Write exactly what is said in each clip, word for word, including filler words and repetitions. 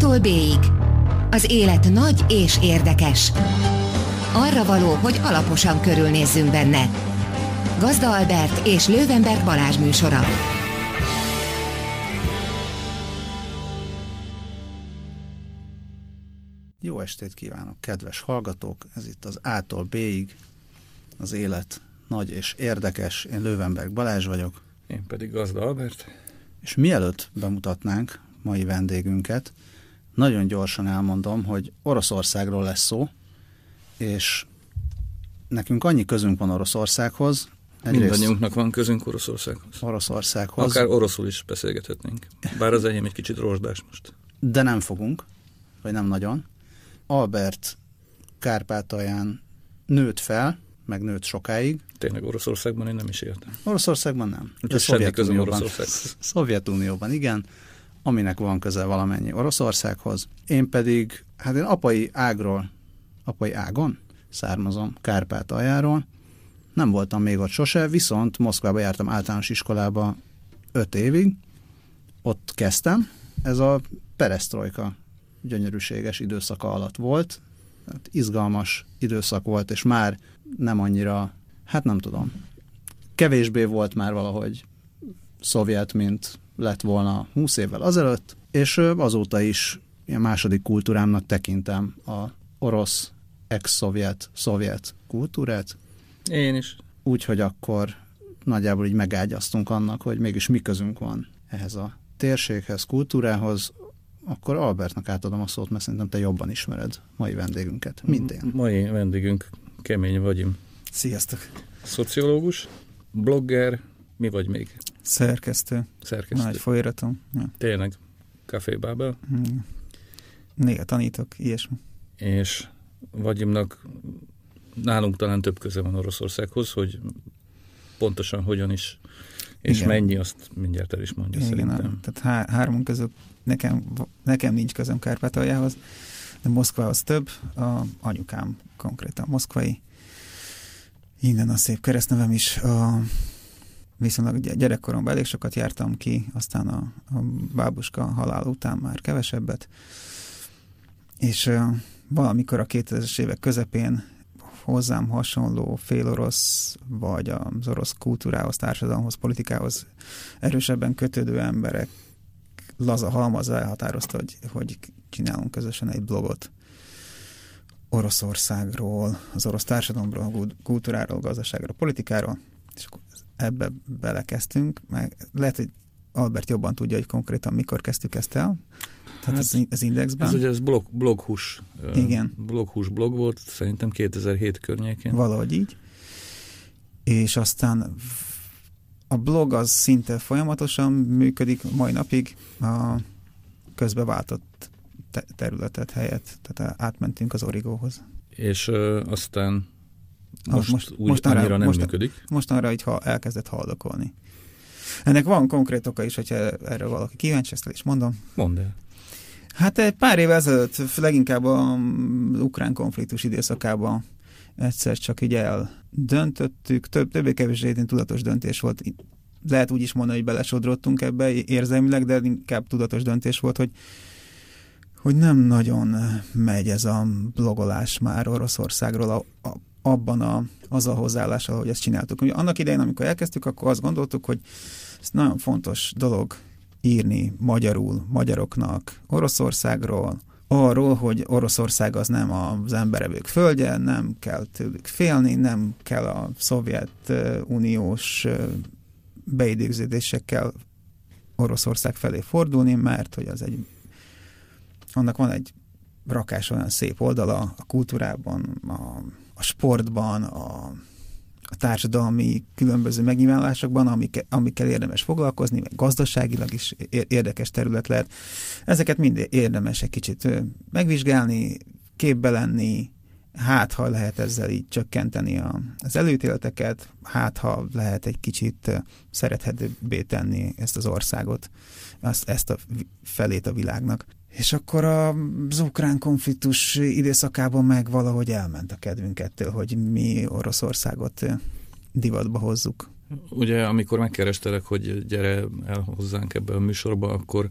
A-tól B-ig. Az élet nagy és érdekes. Arra való, hogy alaposan körülnézzünk benne. Gazda Albert és Löwenberg Balázs műsora. Jó estét kívánok, kedves hallgatók! Ez itt az A-tól B-ig. Az élet nagy és érdekes. Én Löwenberg Balázs vagyok. Én pedig Gazda Albert. És mielőtt bemutatnánk mai vendégünket, nagyon gyorsan elmondom, hogy Oroszországról lesz szó, és nekünk annyi közünk van Oroszországhoz. Mindannyiunknak van közünk Oroszországhoz. Oroszországhoz. Akár oroszul is beszélgethetnénk. Bár az enyém egy kicsit rozsdás most. De nem fogunk, vagy nem nagyon. Albert Kárpátalján nőtt fel, meg nőtt sokáig. Tényleg Oroszországban én nem is éltem. Oroszországban nem. Úgyhogy semmi közöm Oroszországhoz. Szovjetunióban igen, aminek van köze valamennyi Oroszországhoz. Én pedig, hát én apai ágról, apai ágon származom, Kárpátaljáról. Nem voltam még ott sose, viszont Moszkvába jártam általános iskolába öt évig. Ott kezdtem. Ez a peresztrojka gyönyörűséges időszaka alatt volt. Hát izgalmas időszak volt, és már nem annyira, hát nem tudom, kevésbé volt már valahogy szovjet, mint lett volna húsz évvel azelőtt, és azóta is ilyen második kultúrámnak tekintem a orosz, ex-szovjet, szovjet kultúrát. Én is. Úgyhogy akkor nagyjából így megágyaztunk annak, hogy mégis mi közünk van ehhez a térséghez, kultúrához. Akkor Albertnak átadom a szót, mert szerintem te jobban ismered mai vendégünket, mint én. Mai vendégünk Kemény Vagyim. Sziasztok! Szociológus, blogger, mi vagy még? Szerkesztő. Szerkesztő. Nagy folyóiratom. Ja. Tényleg, Café Babel. Hmm. Néha tanítok, ilyesmi. És Vagyimnak nálunk talán több köze van Oroszországhoz, hogy pontosan hogyan is, és igen, mennyi, azt mindjárt el is mondja. Igen, szerintem. Tehát há- hármunk közül nekem, nekem nincs közöm Kárpátaljához, de Moszkvához több. A anyukám konkrétan moszkvai. Innen a szép keresztnevem is. A, viszonylag gyerekkoromban elég sokat jártam ki, aztán a, a bábuska halál után már kevesebbet. És uh, valamikor a kétezres évek közepén hozzám hasonló félorosz, vagy az orosz kultúrához, társadalomhoz, politikához erősebben kötődő emberek laza halmazza elhatározta, hogy, hogy csinálunk közösen egy blogot Oroszországról, az orosz társadalomról, kultúráról, gazdaságról, politikáról, és akkor ebbe belekezdtünk, meg lehet, hogy Albert jobban tudja, hogy konkrétan mikor kezdtük ezt el. Tehát hát, az, az Indexben. Ez ugye ez blog, bloghús. Igen. Bloghús blog volt, szerintem kétezer-hét környékén. Valahogy így. És aztán a blog az szinte folyamatosan működik mai napig, a közbeváltott te- területet helyett, tehát átmentünk az Origóhoz. És uh, aztán most, most, úgy most annyira arra, nem most, működik. Mostanra így ha elkezdett haldokolni. Ennek van konkrét oka is, hogyha erről valaki kíváncsi, ezt el is mondom. Mondd el. Hát egy pár év ezelőtt, leginkább az ukrán konfliktus időszakában egyszer csak így eldöntöttük, több, többé-kevésbé tudatos döntés volt. Lehet úgy is mondani, hogy belesodrottunk ebbe érzelmileg, de inkább tudatos döntés volt, hogy, hogy nem nagyon megy ez a blogolás már Oroszországról a, a, abban a, az a hozzáállással, hogy ezt csináltuk. Ugye annak idején, amikor elkezdtük, akkor azt gondoltuk, hogy ez nagyon fontos dolog írni magyarul, magyaroknak, Oroszországról, arról, hogy Oroszország az nem az emberevők földje, nem kell tőlük félni, nem kell a szovjet-uniós beidégződésekkel Oroszország felé fordulni, mert hogy az egy, annak van egy rakás olyan szép oldala a kultúrában, a, a sportban, a a társadalmi különböző megnyilvánulásokban, amik, amikkel érdemes foglalkozni, meg gazdaságilag is érdekes terület lehet. Ezeket mind érdemes egy kicsit megvizsgálni, képbe lenni, hát ha lehet ezzel így csökkenteni a, az előítéleteket, hát ha lehet egy kicsit szerethetőbbé tenni ezt az országot, azt, ezt a felét a világnak. És akkor az ukrán konfliktus időszakában meg valahogy elment a kedvünk ettől, hogy mi Oroszországot divatba hozzuk. Ugye, amikor megkerestelek, hogy gyere el hozzánk ebbe a műsorba, akkor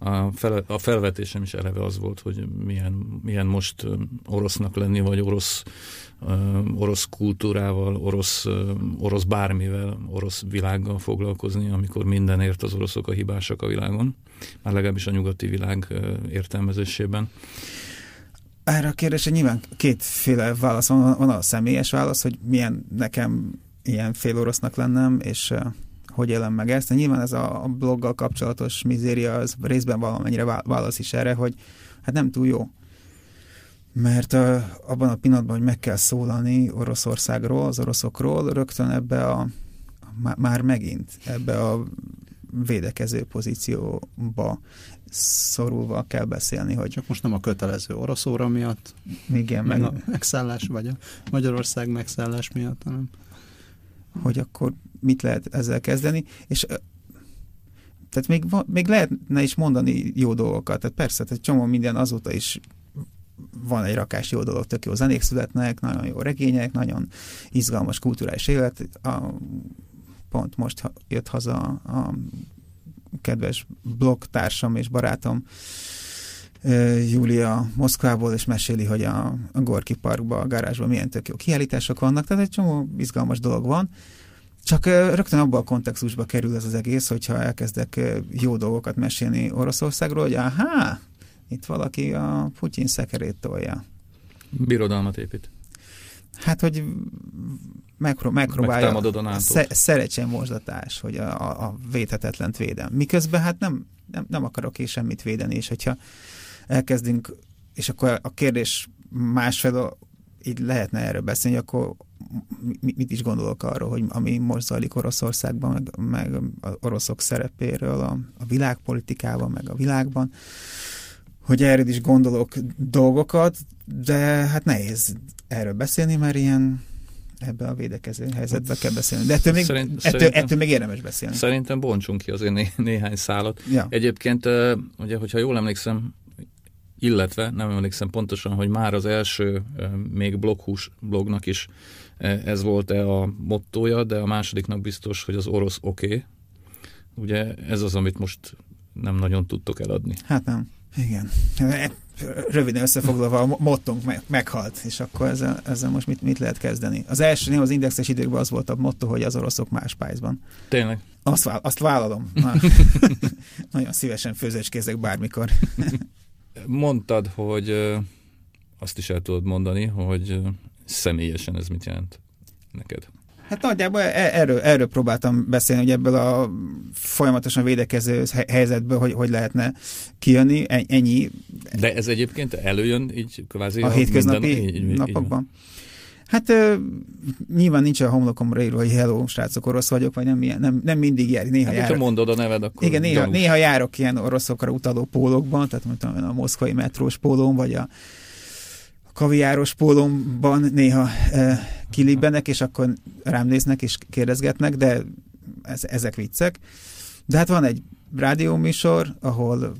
a, fel, a felvetésem is eleve az volt, hogy milyen, milyen most orosznak lenni, vagy orosz, orosz kultúrával, orosz, orosz bármivel, orosz világgal foglalkozni, amikor mindenért az oroszok a hibásak a világon, már legalábbis a nyugati világ értelmezésében. Erre a kérdésre nyilván kétféle válasz van. Van a személyes válasz, hogy milyen nekem ilyen félorosznak lennem, és uh, hogy élem meg ezt. De nyilván ez a, a bloggal kapcsolatos mizéria, az részben valamennyire válasz is erre, hogy hát nem túl jó. Mert uh, abban a pillanatban, hogy meg kell szólalni Oroszországról, az oroszokról, rögtön ebbe a, a már megint ebbe a védekező pozícióba szorulva kell beszélni, hogy... Csak most nem a kötelező orosz óra miatt, igen, meg meg a megszállás, vagy a Magyarország megszállás miatt, hanem... Hogy akkor mit lehet ezzel kezdeni, és tehát még, még lehetne is mondani jó dolgokat, tehát persze, tehát csomó minden azóta is van egy rakás jó dolog, tök jó zenék születnek, nagyon jó regények, nagyon izgalmas kulturális élet. A, pont most jött haza a kedves blogtársam és barátom Júlia Moszkvából, és meséli, hogy a, a Gorki Parkban, a garázsban milyen tök jó kiállítások vannak, tehát egy csomó izgalmas dolog van. Csak rögtön abban a kontextusba kerül ez az egész, hogyha elkezdek jó dolgokat mesélni Oroszországról, hogy aha, itt valaki a Putyin szekerét tolja. Birodalmat épít. Hát, hogy megpró- megpróbálja sze- szerecsen mozdatás, hogy a, a védhetetlent védem. Miközben hát nem, nem, nem akarok én semmit védeni, és hogyha elkezdünk, és akkor a kérdés másfelől így lehetne erről beszélni, akkor mit is gondolok arról, hogy ami most zajlik Oroszországban, meg, meg az oroszok szerepéről a, a világpolitikában, meg a világban, hogy erről is gondolok dolgokat, de hát nehéz erről beszélni, mert ilyen ebben a védekező helyzetben kell beszélni. De ettől még, Szerint, ettől, ettől még érdemes beszélni. Szerintem bontsunk ki azért né, néhány szálat. Ja. Egyébként, ugye, hogyha jól emlékszem, illetve nem emlékszem pontosan, hogy már az első még bloghús blognak is ez volt-e a mottója, de a másodiknak biztos, hogy az orosz oké. Okay. Ugye ez az, amit most nem nagyon tudtok eladni. Hát nem. Igen. Röviden összefoglalva a mottónk meg, meghalt, és akkor ezzel, ezzel most mit, mit lehet kezdeni? Az első név az indexes időkben az volt a motto, hogy az oroszok más pályzban. Tényleg? Azt, azt vállalom. Nagyon szívesen főzőcskézek bármikor. Mondtad, hogy azt is el tudod mondani, hogy személyesen ez mit jelent neked? Hát nagyjából erről, erről próbáltam beszélni, hogy ebből a folyamatosan védekező helyzetből, hogy, hogy lehetne kijönni, ennyi. De ez egyébként előjön így kvázi a hétköznapi minden, így, így, napokban? Így hát uh, nyilván nincs a homlokomra írva, hogy hello, srácok, orosz vagyok, vagy nem, nem, nem mindig jár. Néha hát, járok. Ha mondod a neved, akkor igen, néha, néha járok ilyen oroszokra utaló pólókban, tehát mondtam, a moszkvai metrós pólón, vagy a kaviáros pólómban néha uh, kilibbenek, és akkor rám néznek, és kérdezgetnek, de ez, ezek viccek. De hát van egy rádióműsor, ahol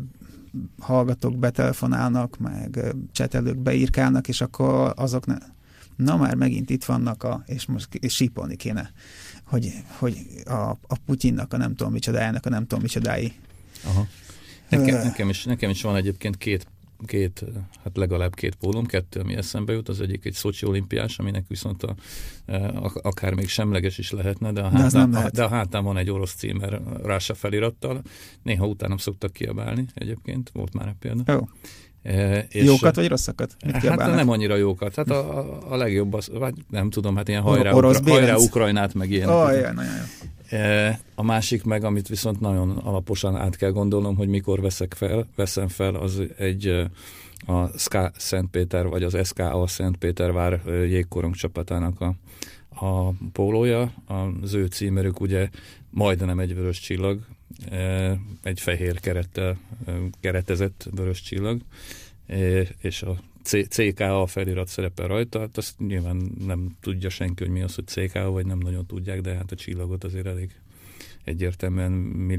hallgatók betelefonálnak, meg csetelők beírkálnak, és akkor azok ne, na már megint itt vannak, a, és most és sípolni kéne, hogy, hogy a, a Putyinnak a nem tudom micsodájának a nem tudom micsodái. Aha. Nekem, nekem, is, nekem is van egyébként két két, hát legalább két pólom, kettő, ami eszembe jut, az egyik egy Szocsi olimpiás, aminek viszont a, a, akár még semleges is lehetne, de a, hátán, de a, de a hátán van egy orosz címer Rása felirattal. Néha utánam szoktak kiabálni egyébként, volt már egy példa. Jó. E, és jókat vagy rosszakat? Mit hát kiabálnak? nem annyira jókat. Hát a, a, a legjobb az, vagy nem tudom, hát ilyen hajrá, Ukra, hajrá Ukrajnát, meg ilyen. Oh, jaj, nagyon jó. A másik meg, amit viszont nagyon alaposan át kell gondolnom, hogy mikor veszek fel, veszem fel, az egy a es ká Szentpéter, vagy az es ká á Szentpétervár jégkorong csapatának a, a pólója. Az ő címerük ugye majdnem egy vörös csillag, egy fehér kerettel keretezett vörös csillag, és a cé ká á felirat szerepel rajta, hát azt nyilván nem tudja senki, hogy mi az, hogy cé ká á, vagy nem nagyon tudják, de hát a csillagot azért elég egyértelműen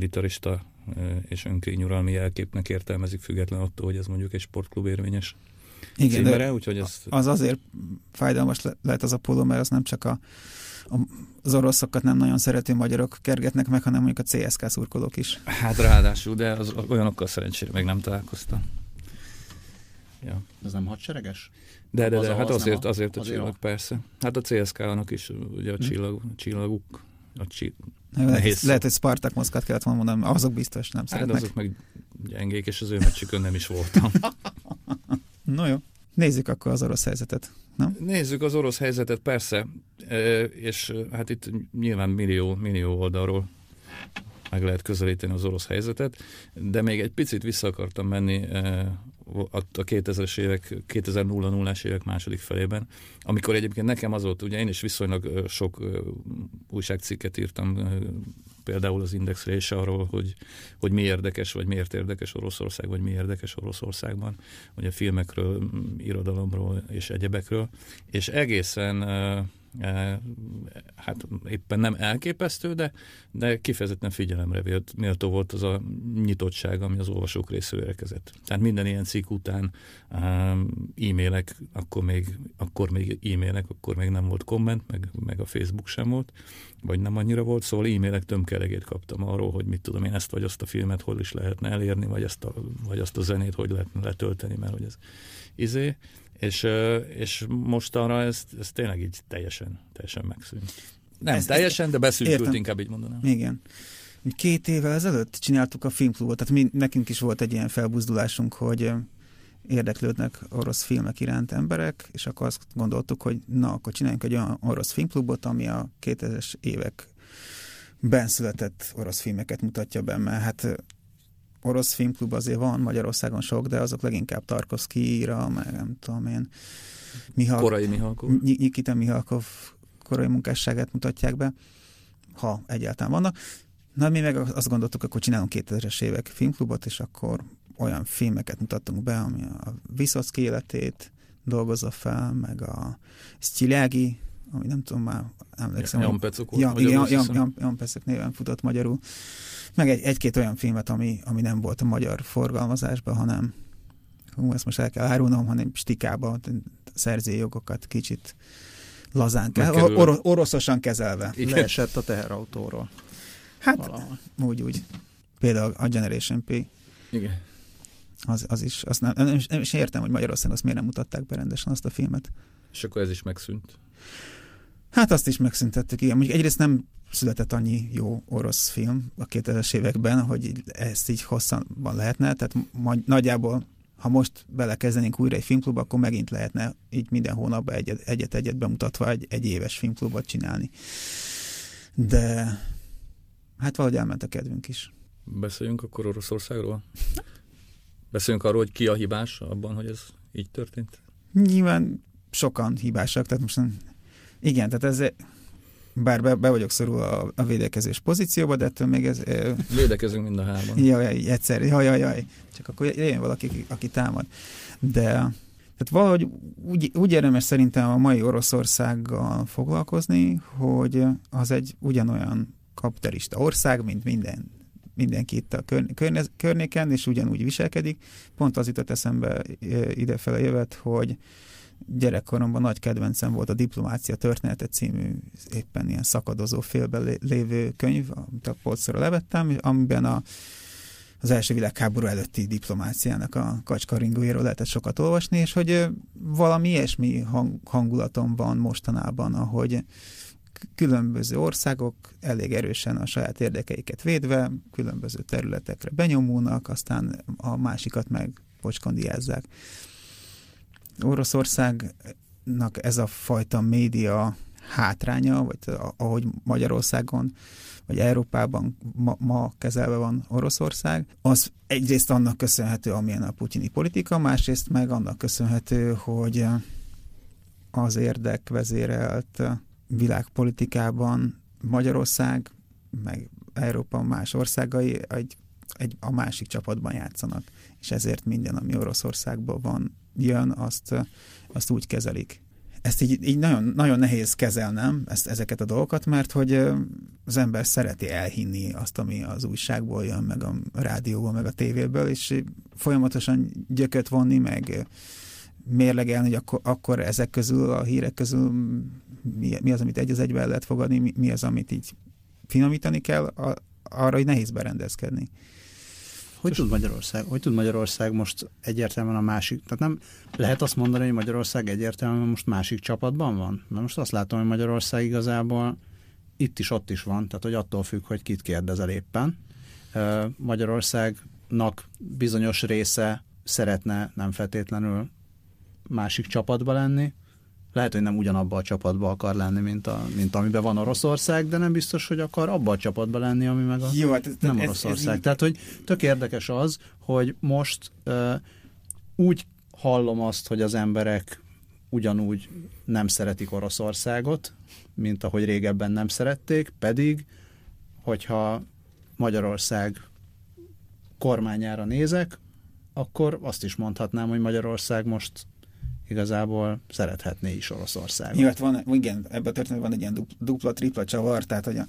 militarista és önkényuralmi jelképnek értelmezik, független attól, hogy ez mondjuk egy sportklub érvényes Igen, címere, úgyhogy ezt... az azért fájdalmas le- lehet az a póló, mert az nem csak a, a, az oroszokat nem nagyon szerető magyarok kergetnek meg, hanem mondjuk a cé es ká szurkolók is. Hát ráadásul, de az, olyanokkal szerencsére még nem találkoztam. Ja. Ez nem hadsereges? De, de, de az hát az azért, a, azért a azért csillag, a... persze. Hát a cé es ká-nak is ugye a csillag, csillaguk, a csi... Lehet, lehet, hogy Spartak Moszkvát kellett volna mondanom, azok biztos nem hát szeretnek. azok meg gyengék, és az ő meccsükön nem is voltam. No jó, nézzük akkor az orosz helyzetet. Nem? Nézzük az orosz helyzetet, persze, és hát itt nyilván millió, millió oldalról meg lehet közelíteni az orosz helyzetet, de még egy picit vissza akartam menni a kétezres évek, kétezer-ás évek második felében, amikor egyébként nekem az volt, ugye én is viszonylag sok újságcikket írtam, például az Indexre is arról, hogy, hogy mi érdekes, vagy miért érdekes Oroszország, vagy mi érdekes Oroszországban, hogy a filmekről, irodalomról és egyebekről, és egészen hát éppen nem elképesztő, de, de kifejezetten figyelemre méltó volt az a nyitottság, ami az olvasók részéről érkezett. Tehát minden ilyen cikk után e-mailek, akkor még, akkor még e-mailek, akkor még nem volt komment, meg, meg a Facebook sem volt, vagy nem annyira volt, szóval e-mailek tömkelegét kaptam arról, hogy mit tudom én, ezt vagy azt a filmet hol is lehetne elérni, vagy, ezt a, vagy azt a zenét hogy lehetne letölteni, mert hogy ez izé. És, és mostanra ez, ez tényleg így teljesen, teljesen megszűnt. Nem ez, teljesen, ez, de beszűkült, értem. Inkább így mondanám. Igen. Két évvel ezelőtt csináltuk a filmklubot, tehát mi, nekünk is volt egy ilyen felbuzdulásunk, hogy érdeklődnek orosz filmek iránt emberek, és akkor azt gondoltuk, hogy na, akkor csináljunk egy olyan orosz filmklubot, ami a kétezres években született orosz filmeket mutatja be, mert hát orosz filmklub azért van Magyarországon sok, de azok leginkább Tarkovszkijra, meg nem tudom én, Mihal... korai Mihalkov. Nikita Mihalkov korai munkásságát mutatják be, ha egyáltalán vannak. Na, mi meg azt gondoltuk, akkor csinálunk kétezres évek filmklubot, és akkor olyan filmeket mutattunk be, ami a Viszocki életét dolgozza fel, meg a Sztyilági, ami nem tudom már, emlékszem. Jan Pecok ja, igen, Jan, Jan, Jan, Jan Pecok néven futott magyarul. Meg egy, egy-két olyan filmet, ami, ami nem volt a magyar forgalmazásban, hanem hú, ezt most el kell árulnom, hanem stikában szerzői jogokat kicsit lazán kell, or, oroszosan kezelve. Igen. Leesett a teherautóról. Hát, valahol. úgy, úgy. Például a Generation P. Igen. Az, az is, azt nem, nem, nem is értem, hogy Magyarországon azt miért nem mutatták be rendesen azt a filmet. És akkor ez is megszűnt. Hát azt is megszüntettük, igen. Mondjuk egyrészt nem született annyi jó orosz film a kétezres években, hogy ezt így hosszabban lehetne, tehát majd, nagyjából, ha most belekezdenénk újra egy filmklubba, akkor megint lehetne így minden hónapban egyet-egyet bemutatva egy, egy éves filmklubot csinálni. De hát valahogy elment a kedvünk is. Beszéljünk akkor Oroszországról? Beszéljünk arról, hogy ki a hibás abban, hogy ez így történt? Nyilván sokan hibásak, tehát most nem... Igen, tehát ez... Bár be, be vagyok szorul a, a védekezés pozícióba, de ettől még ez... Védekezünk mind a hárman. Jaj, egyszer, jaj, jaj, jaj. Csak akkor jöjjön valaki, aki támad. De tehát valahogy úgy, úgy érdemes szerintem a mai Oroszországgal foglalkozni, hogy az egy ugyanolyan kapitalista ország, mint minden, mindenki itt a körne, környéken, és ugyanúgy viselkedik. Pont az jutott eszembe idefele jövet, hogy gyerekkoromban nagy kedvencem volt a Diplomácia története című éppen ilyen szakadozó félben lévő könyv, amit a polcra levettem, amiben a, az első világháború előtti diplomáciának a kacskaringójáról lehetett sokat olvasni, és hogy valami ilyesmi hang, hangulatom van mostanában, ahogy különböző országok elég erősen a saját érdekeiket védve, különböző területekre benyomulnak, aztán a másikat meg pocskondiázzák. Oroszországnak ez a fajta média hátránya, vagy ahogy Magyarországon, vagy Európában ma, ma kezelve van Oroszország, az egyrészt annak köszönhető, amilyen a putyini politika, másrészt meg annak köszönhető, hogy az érdekvezérelt világpolitikában Magyarország, meg Európa más országai egy, egy, a másik csapatban játszanak, és ezért minden, ami Oroszországban van, jön, azt, azt úgy kezelik. Ezt így, így nagyon, nagyon nehéz kezelnem, ezt, ezeket a dolgokat, mert hogy az ember szereti elhinni azt, ami az újságból jön, meg a rádióból, meg a tévéből, és folyamatosan gyököt vonni, meg mérlegelni, hogy akkor, akkor ezek közül, a hírek közül mi, mi az, amit egy az egyben lehet fogadni, mi, mi az, amit így finomítani kell, a, arra, hogy nehéz berendezkedni. Hogy tud Magyarország, hogy tud Magyarország most egyértelműen a másik, tehát nem lehet azt mondani, hogy Magyarország egyértelműen most másik csapatban van? Mert most azt látom, hogy Magyarország igazából itt is, ott is van, tehát hogy attól függ, hogy kit kérdezel éppen. Magyarországnak bizonyos része szeretne nem feltétlenül másik csapatba lenni. Lehet, hogy nem ugyanabba a csapatba akar lenni, mint, a, mint amiben van Oroszország, de nem biztos, hogy akar abba a csapatba lenni, ami meg a Jó, hát ez, nem ez, Oroszország. ez, Tehát, hogy tök érdekes az, hogy most uh, úgy hallom azt, hogy az emberek ugyanúgy nem szeretik Oroszországot, mint ahogy régebben nem szerették, pedig, hogyha Magyarország kormányára nézek, akkor azt is mondhatnám, hogy Magyarország most igazából szerethetné is Oroszországot. Jó, hát van, igen, ebben a történetben van egy ilyen dupla-tripla csavar, tehát hogy a,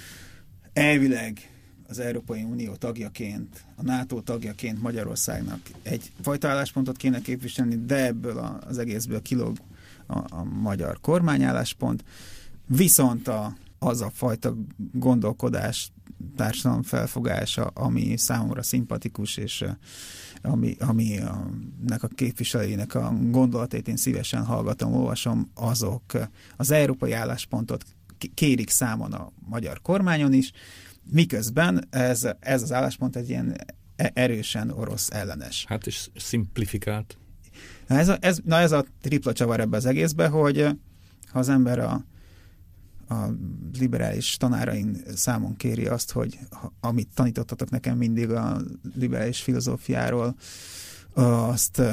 elvileg az Európai Unió tagjaként, a NATO tagjaként Magyarországnak egy fajta álláspontot kéne képviselni, de ebből az egészből kilóg a, a magyar kormányálláspont, viszont a, az a fajta gondolkodás, társadalom felfogása, ami számomra szimpatikus, és ami, ami a, nek a képviselőjének a gondolatait én szívesen hallgatom, olvasom, azok az európai álláspontot kérik számon a magyar kormányon is, miközben ez, ez az álláspont egy ilyen erősen orosz ellenes. Hát és szimplifikált. Na ez a, ez, na ez a tripla csavar ebbe az egészbe, hogy ha az ember a a liberális tanárain számon kéri azt, hogy amit tanítottatok nekem mindig a liberális filozófiáról, azt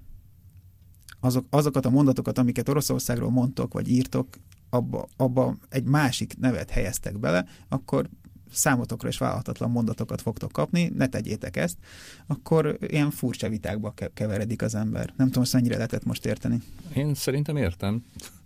azok, azokat a mondatokat, amiket Oroszországról mondtok, vagy írtok, abba, abba egy másik nevet helyeztek bele, akkor számotokra is vállalhatatlan mondatokat fogtok kapni, ne tegyétek ezt, akkor ilyen furcsa vitákba keveredik az ember. Nem tudom, hogy mennyire lehetett most érteni. Én szerintem értem.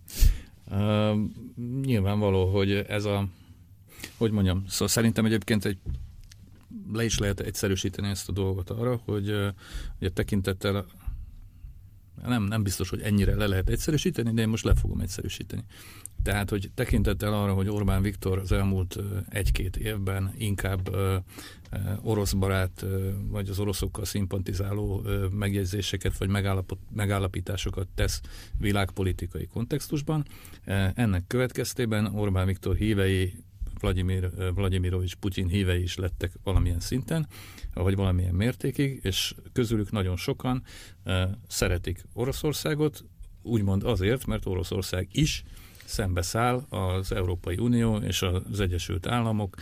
Uh, nyilvánvaló, hogy ez a, hogy mondjam, szóval szerintem egyébként egy, le is lehet egyszerűsíteni ezt a dolgot arra, hogy, uh, hogy a tekintettel nem, nem biztos, hogy ennyire le lehet egyszerűsíteni, de én most le fogom egyszerűsíteni. Tehát, hogy tekintettel arra, hogy Orbán Viktor az elmúlt uh, egy-két évben inkább uh, uh, orosz barát, uh, vagy az oroszokkal szimpatizáló uh, megjegyzéseket, vagy megállapot, megállapításokat tesz világpolitikai kontextusban. Uh, ennek következtében Orbán Viktor hívei, Vladimir, uh, Vladimirovics Putyin hívei is lettek valamilyen szinten, vagy valamilyen mértékig, és közülük nagyon sokan uh, szeretik Oroszországot, úgymond azért, mert Oroszország is szembeszáll az Európai Unió és az Egyesült Államok,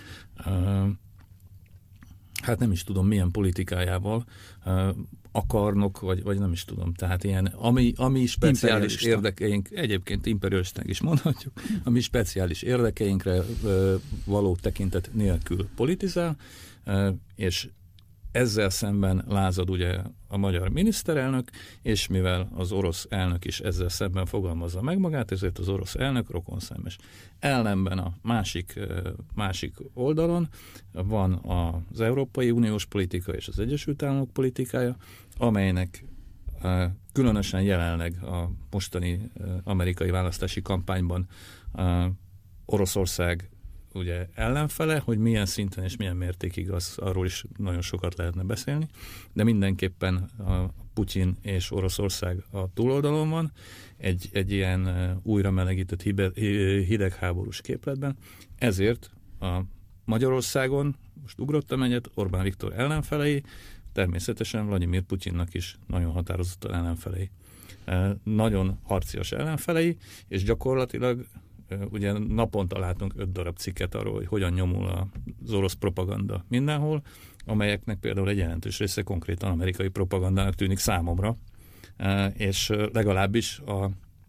hát nem is tudom milyen politikájával akarnok, vagy, vagy nem is tudom, tehát ilyen, ami, ami speciális érdekeink, egyébként imperialisták is mondhatjuk, ami speciális érdekeinkre való tekintet nélkül politizál, és ezzel szemben lázad ugye a magyar miniszterelnök, és mivel az orosz elnök is ezzel szemben fogalmazza meg magát, ezért az orosz elnök rokonszenves. Ellenben a másik, másik oldalon van az Európai Uniós politika és az Egyesült Államok politikája, amelynek különösen jelenleg a mostani amerikai választási kampányban Oroszország ugye ellenfele, hogy milyen szinten és milyen mértékig, az, arról is nagyon sokat lehetne beszélni, de mindenképpen a Putyin és Oroszország a túloldalon van, egy, egy ilyen újra melegített hidegháborús képletben, ezért a Magyarországon, most ugrottam egyet, Orbán Viktor ellenfelei, természetesen Vladimir Putyinnak is nagyon határozottan ellenfelei. Nagyon harcias ellenfelei, és gyakorlatilag ugye naponta látunk öt darab cikket arról, hogy hogyan nyomul az orosz propaganda mindenhol, amelyeknek például egy jelentős része konkrétan amerikai propagandának tűnik számomra, és legalábbis a,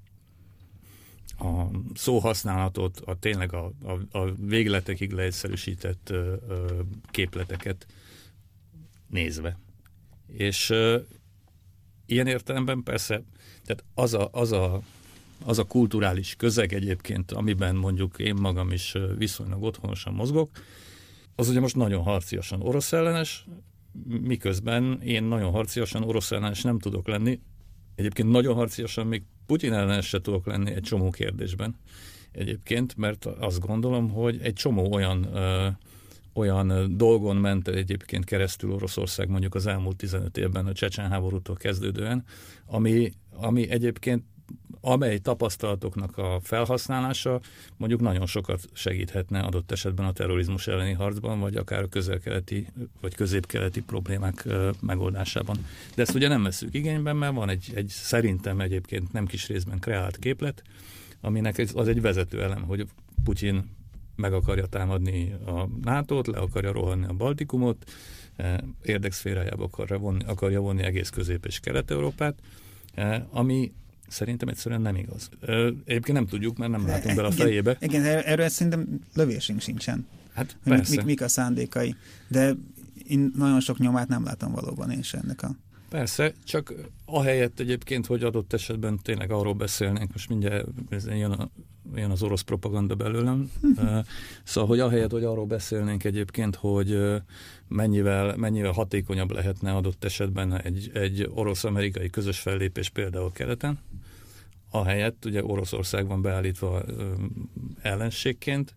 a szóhasználatot, a tényleg a, a, a végletekig leegyszerűsített képleteket nézve. És ilyen értelemben persze, tehát az a, az a az a kulturális közeg egyébként, amiben mondjuk én magam is viszonylag otthonosan mozgok, az ugye most nagyon harciasan orosz ellenes, miközben én nagyon harciasan orosz ellenes nem tudok lenni, egyébként nagyon harciasan még Putyin ellenes se tudok lenni egy csomó kérdésben egyébként, mert azt gondolom, hogy egy csomó olyan ö, olyan dolgon ment egyébként keresztül Oroszország mondjuk az elmúlt tizenöt évben a csecsen háborútól kezdődően, ami, ami egyébként amely tapasztalatoknak a felhasználása mondjuk nagyon sokat segíthetne adott esetben a terrorizmus elleni harcban, vagy akár a közel-keleti vagy közép-keleti problémák megoldásában. De ezt ugye nem veszük igényben, mert van egy, egy szerintem egyébként nem kis részben kreált képlet, aminek az egy vezető elem, hogy Putyin meg akarja támadni a nátót, le akarja rohanni a Baltikumot, érdekszférájába akarja vonni, akarja vonni egész Közép- és Kelet-Európát, ami szerintem egyszerűen nem igaz. Egyébként nem tudjuk, mert nem látunk bele a fejébe. Igen, igen, erről szerintem lövésünk sincsen. Hát mik, mik, mik a szándékai. De én nagyon sok nyomát nem látom valóban én sem ennek a... Persze, csak ahelyett egyébként, hogy adott esetben tényleg arról beszélnénk, most mindjárt jön, a, jön az orosz propaganda belőlem, szóval, hogy ahelyett, hogy arról beszélnénk egyébként, hogy mennyivel, mennyivel hatékonyabb lehetne adott esetben egy, egy orosz-amerikai közös fellépés például keleten, ahelyett ugye Oroszország van beállítva ellenségként,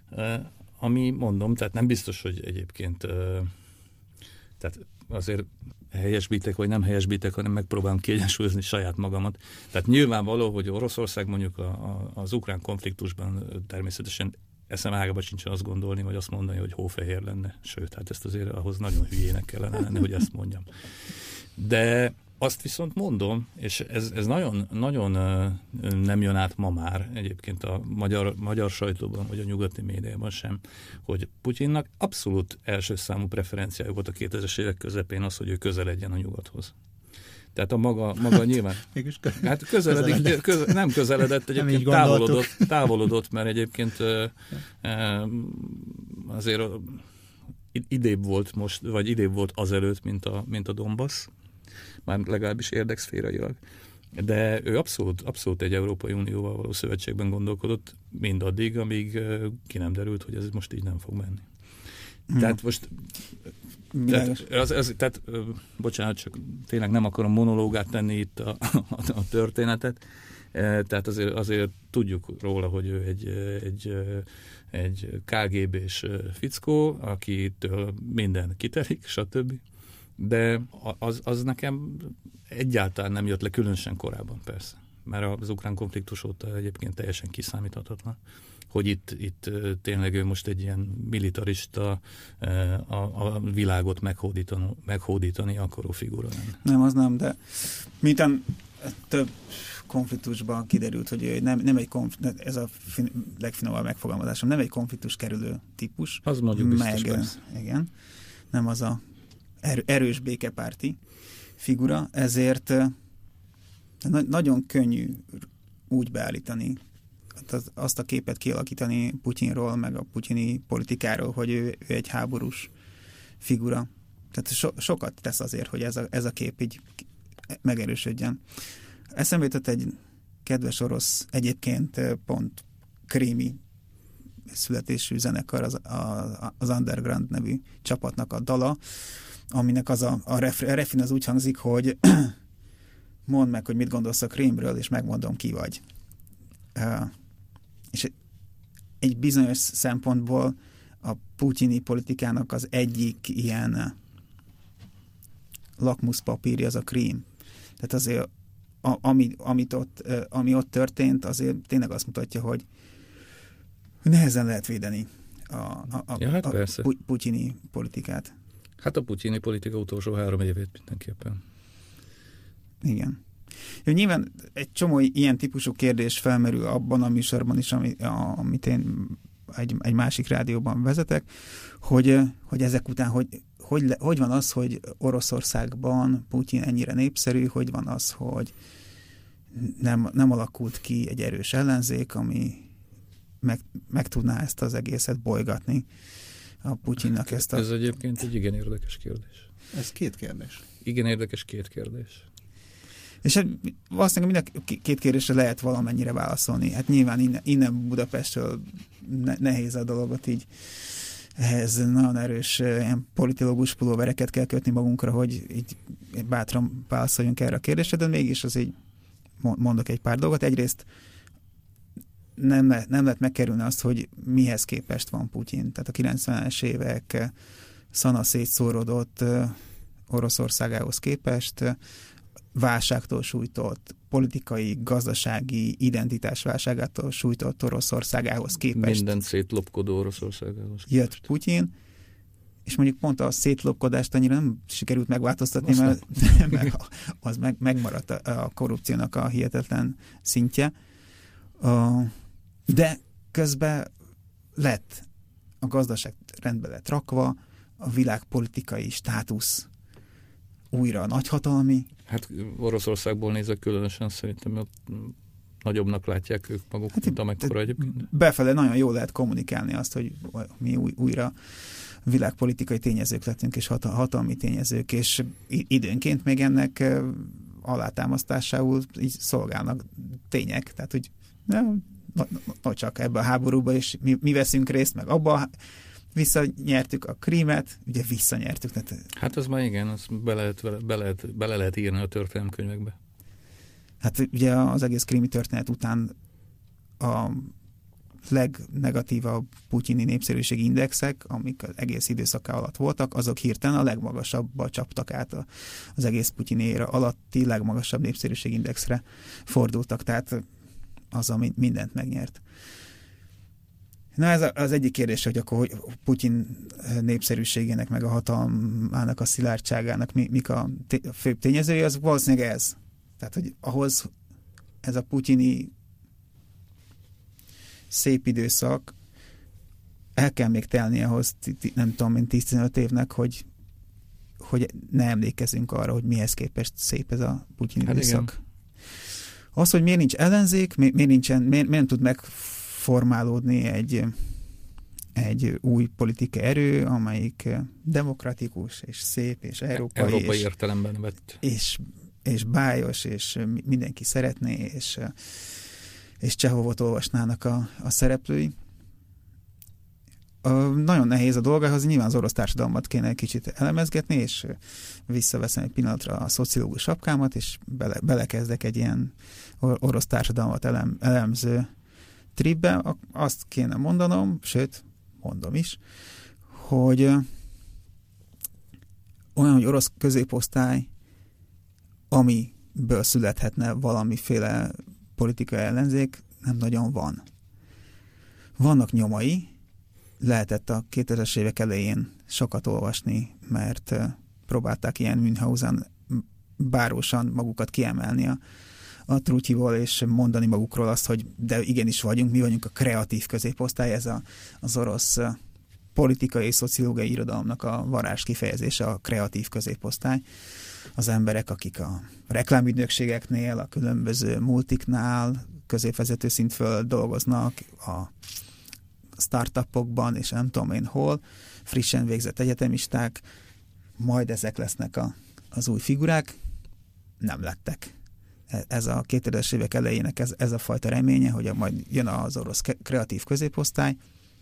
ami mondom, tehát nem biztos, hogy egyébként tehát azért helyesbítek, vagy nem helyesbítek, hanem megpróbálom kiegyensúlyozni saját magamat. Tehát nyilvánvaló, hogy Oroszország mondjuk a, a, az ukrán konfliktusban természetesen eszem ágában sincsen azt gondolni, vagy azt mondani, hogy hófehér lenne. Sőt, hát ezt azért ahhoz nagyon hülyének kellene lenni, hogy ezt mondjam. De azt viszont mondom, és ez, ez nagyon, nagyon nem jön át ma már egyébként a magyar, magyar sajtóban, vagy a nyugati médiában sem, hogy Putyinnak abszolút első számú preferenciája volt a kétezres évek közepén az, hogy ő közeledjen a nyugathoz. Tehát a maga, maga nyilván... Hát közeledik, közel, nem közeledett, egyébként távolodott, távolodott, mert egyébként azért idébb volt most, vagy idébb volt azelőtt, mint a, mint a Donbass, már legalábbis érdekszférailag. De ő abszolút, abszolút egy Európai Unióval való szövetségben gondolkodott mindaddig, amíg ki nem derült, hogy ez most így nem fog menni. Hmm. Tehát most tehát, az, az, tehát, bocsánat, csak tényleg nem akarom monológát tenni itt a, a, a történetet, tehát azért, azért tudjuk róla, hogy ő egy, egy, egy ká gé bé-s fickó, akitől minden kiterik, stb. De az, az nekem egyáltalán nem jött le, különösen korábban persze. Mert az ukrán konfliktus óta egyébként teljesen kiszámíthatatlan, hogy itt, itt tényleg ő most egy ilyen militarista, a, a világot meghódítani, meghódítani akaró figura lenne. Nem, az nem, de miután több konfliktusban kiderült, hogy nem, nem egy konfliktus, ez a fin, legfinomabb megfogalmazásom, nem egy konfliktus kerülő típus. Az mondjuk biztos, meg, igen, nem az a erő, erős békepárti figura, ezért na, nagyon könnyű úgy beállítani, az, azt a képet kialakítani Putyinról, meg a putyini politikáról, hogy ő, ő egy háborús figura. Tehát so, sokat tesz azért, hogy ez a, ez a kép így megerősödjen. Eszembe jutott egy kedves orosz, egyébként pont krími születésű zenekar, az, a, az Underground nevű csapatnak a dala, aminek az a, a, ref, a refin az úgy hangzik, hogy mondd meg, hogy mit gondolsz a Krímről, és megmondom, ki vagy. Uh, és egy bizonyos szempontból a putyini politikának az egyik ilyen lakmuszpapírja az a Krím. Tehát azért a, ami, amit ott, ami ott történt, azért tényleg azt mutatja, hogy nehezen lehet védeni a, a, a, ja, hát a putyini politikát. Hát a putyini politika utolsó három évét mindenképpen. Igen. Jó, nyilván egy csomó ilyen típusú kérdés felmerül abban a műsorban is, ami, a, amit én egy, egy másik rádióban vezetek, hogy, hogy ezek után, hogy, hogy, hogy van az, hogy Oroszországban Putyin ennyire népszerű, hogy van az, hogy nem, nem alakult ki egy erős ellenzék, ami meg, meg tudná ezt az egészet bolygatni a Putyinnak ezt a... Ez egyébként egy igen érdekes kérdés. Ez két kérdés. Igen érdekes két kérdés. És valószínűleg mind a két kérdésre lehet valamennyire válaszolni. Hát nyilván innen, innen Budapestről ne, nehéz a dolgot így ehhez nagyon erős ilyen politológus pulóvereket kell kötni magunkra, hogy így bátran válaszoljunk erre a kérdésre, de mégis az így mondok egy pár dolgot. Egyrészt nem, le, nem lehet megkerülni azt, hogy mihez képest van Putyin. Tehát a kilencvenes évek szana szétszórodott Oroszországához képest válságtól sújtott, politikai, gazdasági, identitásválságától sújtott Oroszországához képest. Minden szétlopkodó Oroszországához képest. Jött Putyin, és mondjuk pont a szétlopkodást annyira nem sikerült megváltoztatni, mert, mert az meg, megmaradt a, a korrupciónak a hihetetlen szintje. De közben lett a gazdaság rendbe lett rakva, a világpolitikai státusz újra nagyhatalmi. Hát Oroszországból nézve különösen szerintem ott nagyobbnak látják ők magukat, hát, mint amekkora egyébként. Befele nagyon jól lehet kommunikálni azt, hogy mi új, újra világpolitikai tényezők lettünk, és hatalmi tényezők, és időnként még ennek alátámasztásául így szolgálnak tények. Tehát, hogy nem, no, no, csak ebbe a háborúba, és mi, mi veszünk részt, meg abba visszanyertük a Krímet, ugye visszanyertük. Tehát... Hát az már igen, az be lehet, be, lehet, bele lehet írni a történelemkönyvekbe. Hát ugye az egész krími történet után a legnegatívabb putyini népszerűségi indexek, amik az egész időszaka alatt voltak, azok hirtelen a legmagasabbba csaptak át az egész putyini éra alatti legmagasabb népszerűségi indexre fordultak, tehát azzal mindent megnyert. Na ez az egyik kérdés, hogy akkor hogy Putyin népszerűségének meg a hatalmának a szilárdságának mi, mik a, té- a főbb tényezői, az valószínűleg ez. Tehát, hogy ahhoz ez a putyini szép időszak el kell még telni ahhoz, nem tudom, mint tíz-tizenöt évnek, hogy, hogy ne emlékezzünk arra, hogy mihez képest szép ez a putyini hát időszak. Igen. Az, hogy miért nincs ellenzék, miért, miért, nincsen, miért, miért nem tud megformálódni egy, egy új politikai erő, amelyik demokratikus, és szép, és európai. Európai és, értelemben vett. És, és bájos, és mindenki szeretné, és, és Csehovot olvasnának a, a szereplői. A, nagyon nehéz a dolga, az nyilván az orosz társadalmat kéne kicsit elemezgetni, és visszaveszem egy pillanatra a szociológus sapkámat, és bele, belekezdek egy ilyen orosz társadalmat elem, elemző tripbe. Azt kéne mondanom, sőt, mondom is, hogy olyan, hogy orosz középosztály, amiből születhetne valamiféle politikai ellenzék, nem nagyon van. Vannak nyomai, lehetett a kétezres évek elején sokat olvasni, mert próbálták ilyen Münchhausen bárósan magukat kiemelni a, a trutyiból, és mondani magukról azt, hogy de igenis vagyunk, mi vagyunk a kreatív középosztály, ez a, az orosz politikai és szociológiai irodalomnak a varázs kifejezése, a kreatív középosztály. Az emberek, akik a reklámügynökségeknél, a különböző multiknál középvezető szint föl dolgoznak, a startupokban, és nem tudom én hol, frissen végzett egyetemisták, majd ezek lesznek a, az új figurák, nem lettek. Ez a kétezres évek elejének ez, ez a fajta reménye, hogy majd jön az orosz kreatív középosztály,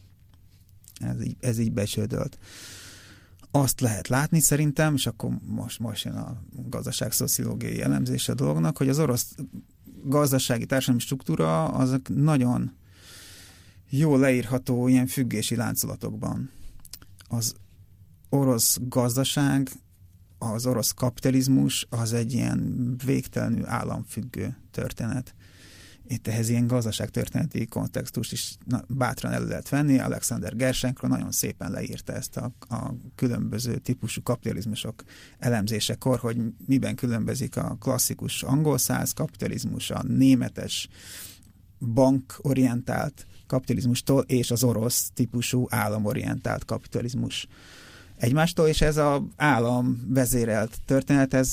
ez így, ez így becsődölt. Azt lehet látni szerintem, és akkor most, most jön a gazdaságszociológiai elemzése a dolognak, hogy az orosz gazdasági társadalmi struktúra azok nagyon jól leírható ilyen függési láncolatokban. Az orosz gazdaság, az orosz kapitalizmus az egy ilyen végtelenül államfüggő történet. Itt ehhez ilyen gazdaságtörténeti kontextust is na, bátran elő lehet venni. Alexander Gersenko nagyon szépen leírta ezt a, a különböző típusú kapitalizmusok elemzésekor, hogy miben különbözik a klasszikus angol száz kapitalizmus, a németes bankorientált kapitalizmustól, és az orosz típusú államorientált kapitalizmus egymástól, és ez az állam vezérelt történet, ez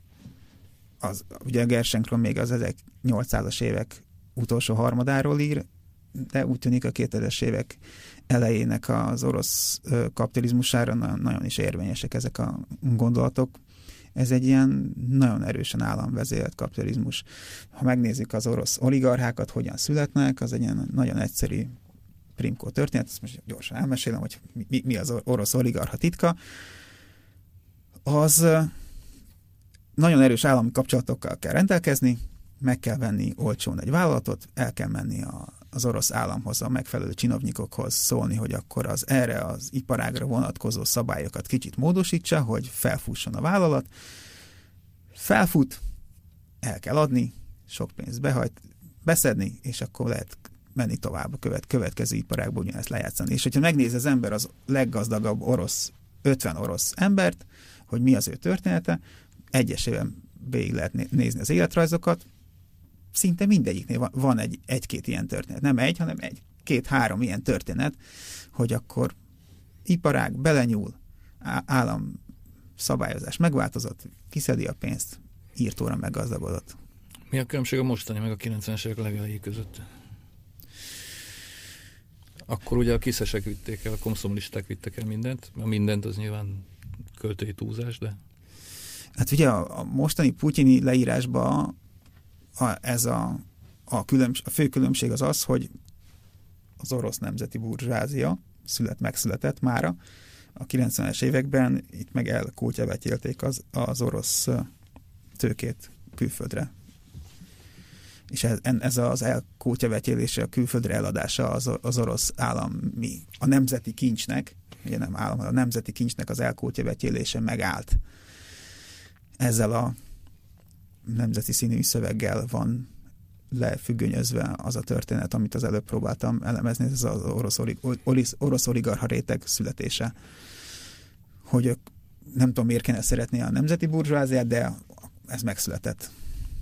az, ugye Gersenkről még az ezernyolcszázas évek utolsó harmadáról ír, de úgy tűnik a kétezres évek elejének az orosz kapitalizmusára nagyon, nagyon is érvényesek ezek a gondolatok. Ez egy ilyen nagyon erősen államvezérelt kapitalizmus. Ha megnézzük az orosz oligarchákat, hogyan születnek, az egy ilyen nagyon egyszerű Primko történet, ezt most gyorsan elmesélem, hogy mi, mi az orosz oligarcha titka. Az nagyon erős állami kapcsolatokkal kell rendelkezni, meg kell venni olcsón egy vállalatot, el kell menni a, az orosz államhoz, a megfelelő csinovnyikokhoz szólni, hogy akkor az erre az iparágra vonatkozó szabályokat kicsit módosítsa, hogy felfusson a vállalat. Felfut, el kell adni, sok pénzt behajt, beszedni, és akkor lehet menni tovább a követ, következő iparágból ugyanezt lejátszani. És hogyha megnéz az ember az leggazdagabb orosz, ötven orosz embert, hogy mi az ő története, egyesével végig lehet nézni az életrajzokat, szinte mindegyiknél van, van egy, egy-két ilyen történet. Nem egy, hanem egy, két-három ilyen történet, hogy akkor iparág belenyúl, állam szabályozás megváltozott, kiszedi a pénzt, írtóra meggazdagodott. Mi a különbség a mostani meg a kilencvenes évek legelejé között? Akkor ugye a kiszesek vitték el, a komszomolisták vittek el mindent, a mindent az nyilván költői túlzás, de... Hát ugye a, a mostani putyini leírásban a, ez a, a, különbs, a fő különbség az az, hogy az orosz nemzeti burzsázia szület, megszületett mára. A kilencvenes években itt meg elkótyavetélték az, az orosz tőkét külföldre. És ez, ez az elkótyavetélése, a külföldre eladása az, az orosz állami, a nemzeti kincsnek, ugye nem állam, a nemzeti kincsnek az elkótyavetélése megállt. Ezzel a nemzeti színű szöveggel van lefüggönyözve az a történet, amit az előbb próbáltam elemezni, ez az orosz, orosz, orosz oligarcha réteg születése. Hogy ők, nem tudom, miért kéne szeretni a nemzeti burzsóáziát, de ez megszületett.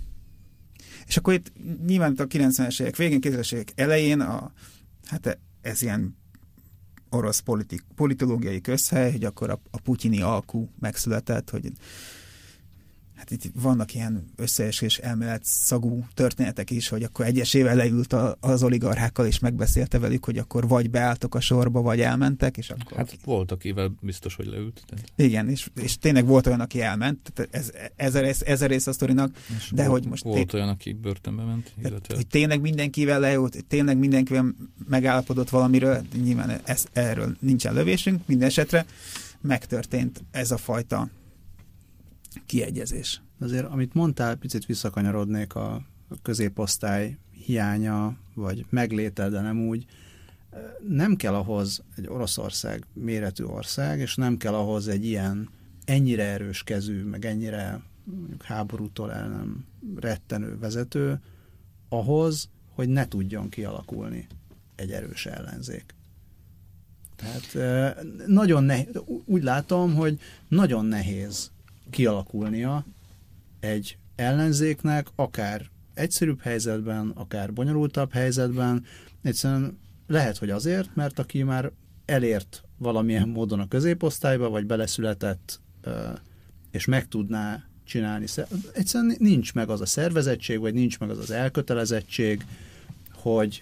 És akkor itt nyilván itt a kilencvenes évek végén, kétezres évek elején a, hát ez ilyen orosz politik, politológiai közhely, hogy akkor a, a putyini alkú megszületett, hogy hát itt vannak ilyen összeeskés elmélet szagú történetek is, hogy akkor egyesével leült a, az oligarchákkal, és megbeszélte velük, hogy akkor vagy beálltok a sorba, vagy elmentek, és akkor... Hát volt, akivel biztos, hogy leült. De... Igen, és, és tényleg volt olyan, aki elment, tehát ez, ez, a rész, ez a rész a sztorinak, és de volt, hogy most... Volt olyan, aki börtönbe ment, illetve... Hogy tényleg mindenkivel leült, tényleg mindenkivel megállapodott valamiről, nyilván ez, erről nincsen lövésünk, minden esetre megtörtént ez a fajta kiegyezés. Azért, amit mondtál, picit visszakanyarodnék a középosztály hiánya, vagy megléte, de nem úgy. Nem kell ahhoz egy Oroszország méretű ország, és nem kell ahhoz egy ilyen ennyire erős kezű, meg ennyire mondjuk háborútól el nem rettenő vezető, ahhoz, hogy ne tudjon kialakulni egy erős ellenzék. Tehát nagyon nehéz, úgy látom, hogy nagyon nehéz kialakulnia egy ellenzéknek, akár egyszerűbb helyzetben, akár bonyolultabb helyzetben. Egyszerűen lehet, hogy azért, mert aki már elért valamilyen módon a középosztályba, vagy beleszületett, és meg tudná csinálni. Egyszerűen nincs meg az a szervezettség, vagy nincs meg az az elkötelezettség, hogy,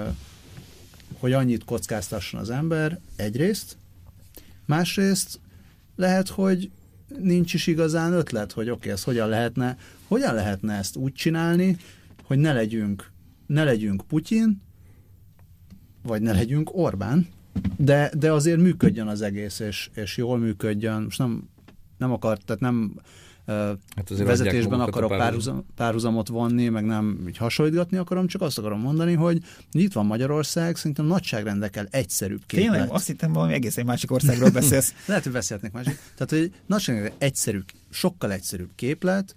hogy annyit kockáztasson az ember egyrészt. Másrészt lehet, hogy nincs is igazán ötlet, hogy oké, okay, ez hogyan lehetne, hogyan lehetne ezt úgy csinálni, hogy ne legyünk, ne legyünk Putyin, vagy ne legyünk Orbán, de, de azért működjön az egész, és, és jól működjön. Most nem, nem akart, tehát nem hát vezetésben akarok párhuzam, párhuzamot vonni, meg nem így hasonlítgatni akarom, csak azt akarom mondani, hogy itt van Magyarország, szerintem nagyságrendekkel egyszerűbb képlet. Tényleg? Azt hittem valami egészen másik országról beszélsz. Lehet, hogy beszélhetnek másik. Tehát, hogy nagyságrendekkel egyszerűbb, sokkal egyszerűbb képlet,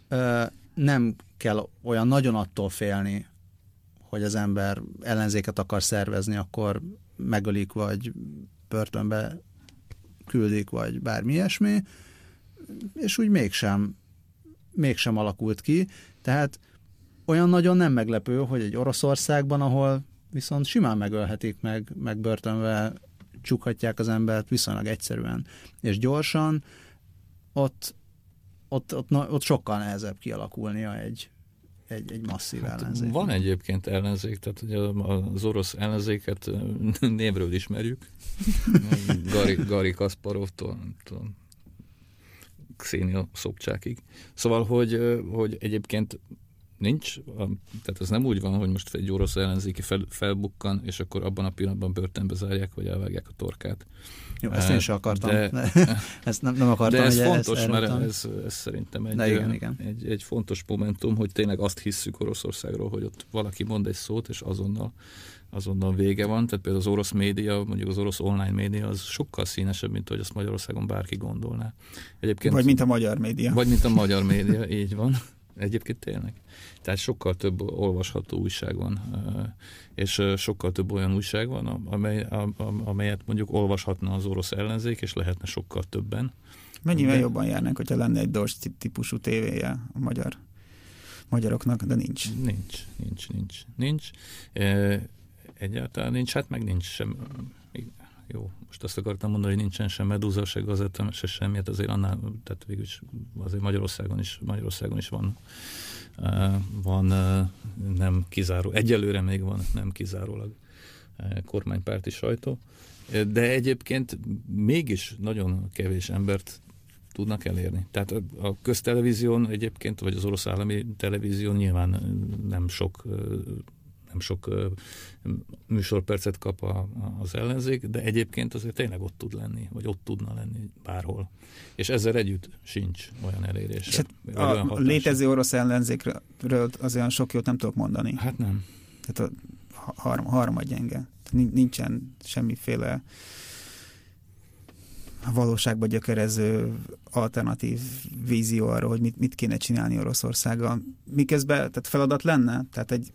nem kell olyan nagyon attól félni, hogy az ember ellenzéket akar szervezni, akkor megölik, vagy börtönbe küldik, vagy bármi ilyesmi, és úgy mégsem, mégsem alakult ki. Tehát olyan nagyon nem meglepő, hogy egy Oroszországban, ahol viszont simán megölhetik, meg, meg börtönbe csukhatják az embert viszonylag egyszerűen és gyorsan, ott, ott, ott, ott sokkal nehezebb kialakulnia egy, egy, egy masszív hát ellenzék. Van egyébként ellenzék, tehát ugye az orosz ellenzéket névről ismerjük. Gari, Gari Kasparovtól, nem tudom, Ksenia Szobcsákig. Szóval, hogy, hogy egyébként nincs, tehát ez nem úgy van, hogy most egy orosz ellenzéki fel, felbukkan, és akkor abban a pillanatban börtönbe zárják, vagy elvágják a torkát. Jó, ezt én sem akartam. De, ezt nem, nem akartam. De ez ugye, fontos, ezt mert ez, ez szerintem egy, igen, igen. Egy, egy fontos momentum, hogy tényleg azt hisszük Oroszországról, hogy ott valaki mond egy szót, és azonnal azonnal vége van, tehát például az orosz média, mondjuk az orosz online média, az sokkal színesebb, mint hogy azt Magyarországon bárki gondolná. Egyébként, vagy mint a magyar média. Vagy mint a magyar média, így van. Egyébként tényleg. Tehát sokkal több olvasható újság van, és sokkal több olyan újság van, amely, amelyet mondjuk olvashatna az orosz ellenzék, és lehetne sokkal többen. Mennyivel de... jobban járnánk, hogyha lenne egy dors típusú tévéje a magyar magyaroknak, de nincs. Nincs, nincs, nincs, nincs. Egyáltalán nincs, hát meg nincs sem. Jó, most azt akartam mondani, hogy nincsen sem Medúza, se Gazetta, se semmiet, azért annál, tehát végülis azért Magyarországon is, Magyarországon is van, van nem kizáró, egyelőre még van nem kizárólag kormánypárti sajtó, de egyébként mégis nagyon kevés embert tudnak elérni. Tehát a köztelevízión egyébként, vagy az orosz állami televízió nyilván nem sok nem sok műsorpercet kap a, az ellenzék, de egyébként azért tényleg ott tud lenni, vagy ott tudna lenni bárhol. És ezzel együtt sincs olyan elérés. És hát a olyan létező orosz ellenzékről az olyan sok jót nem tudok mondani. Hát nem. Tehát a harm, harmad gyenge. Nincsen semmiféle valóságba gyökerező alternatív vízió arra, hogy mit, mit kéne csinálni Oroszországgal. Miközben, tehát feladat lenne, tehát egy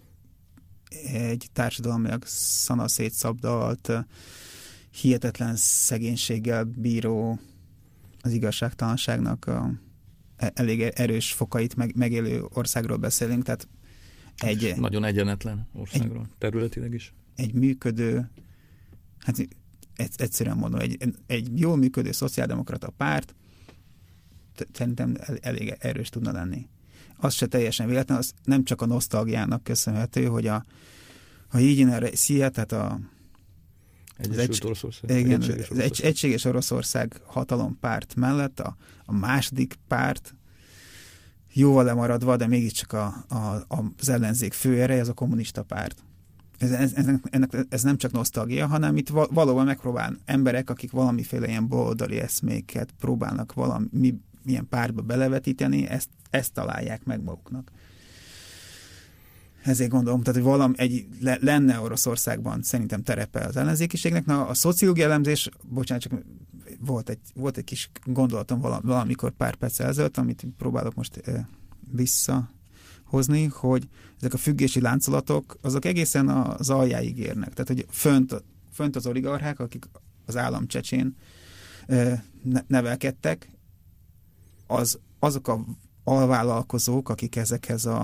egy társadalmilag szana szétszabdalt, hihetetlen szegénységgel bíró, az igazságtalanságnak a elég erős fokait meg, megélő országról beszélünk, tehát egy... Nagyon egyenetlen országról, egy, területileg is. Egy működő, hát egyszerűen mondom, egy, egy jól működő szociáldemokrata párt szerintem elég erős tudna lenni. Az se teljesen véletlen, az nem csak a nosztalgiának köszönhető, hogy a, a Jegyina Szia, tehát a az, egy, Oroszország, igen, egységes, az egy, egységes Oroszország hatalompárt mellett a, a második párt jóval lemaradva, de mégiscsak a, a, az ellenzék főereje, az a kommunista párt. Ez, ez, ennek, ez nem csak nosztalgia, hanem itt valóban megpróbál emberek, akik valamiféle ilyen baloldali eszméket próbálnak valami milyen pártba belevetíteni, ezt, ezt találják meg maguknak. Ezért gondolom, tehát, hogy valami egy, le, lenne Oroszországban szerintem terepe az ellenzékiségnek. Na, a szociológiai elemzés, bocsánat, csak volt egy, volt egy kis gondolatom valamikor pár perc ezelőtt, amit próbálok most eh, visszahozni, hogy ezek a függési láncolatok, azok egészen az aljáig érnek. Tehát, hogy fönt, fönt az oligarchák, akik az állam csecsén eh, nevelkedtek, az, azok a alvállalkozók, akik ezekhez a,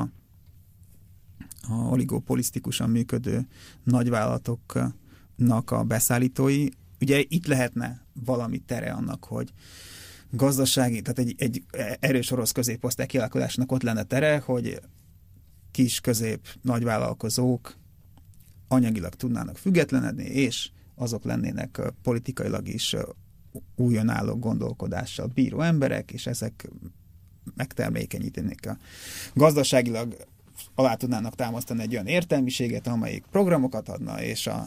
a oligopolisztikusan működő nagyvállalatoknak a beszállítói, ugye itt lehetne valami tere annak, hogy gazdasági, tehát egy, egy erős orosz középosztály kialakulásnak ott lenne tere, hogy kis-közép nagyvállalkozók anyagilag tudnának függetlenedni, és azok lennének politikailag is újonálló gondolkodással bíró emberek, és ezek megtermékenyítenék a gazdaságilag alá tudnának támasztani egy olyan értelmiséget, amelyik programokat adna, és a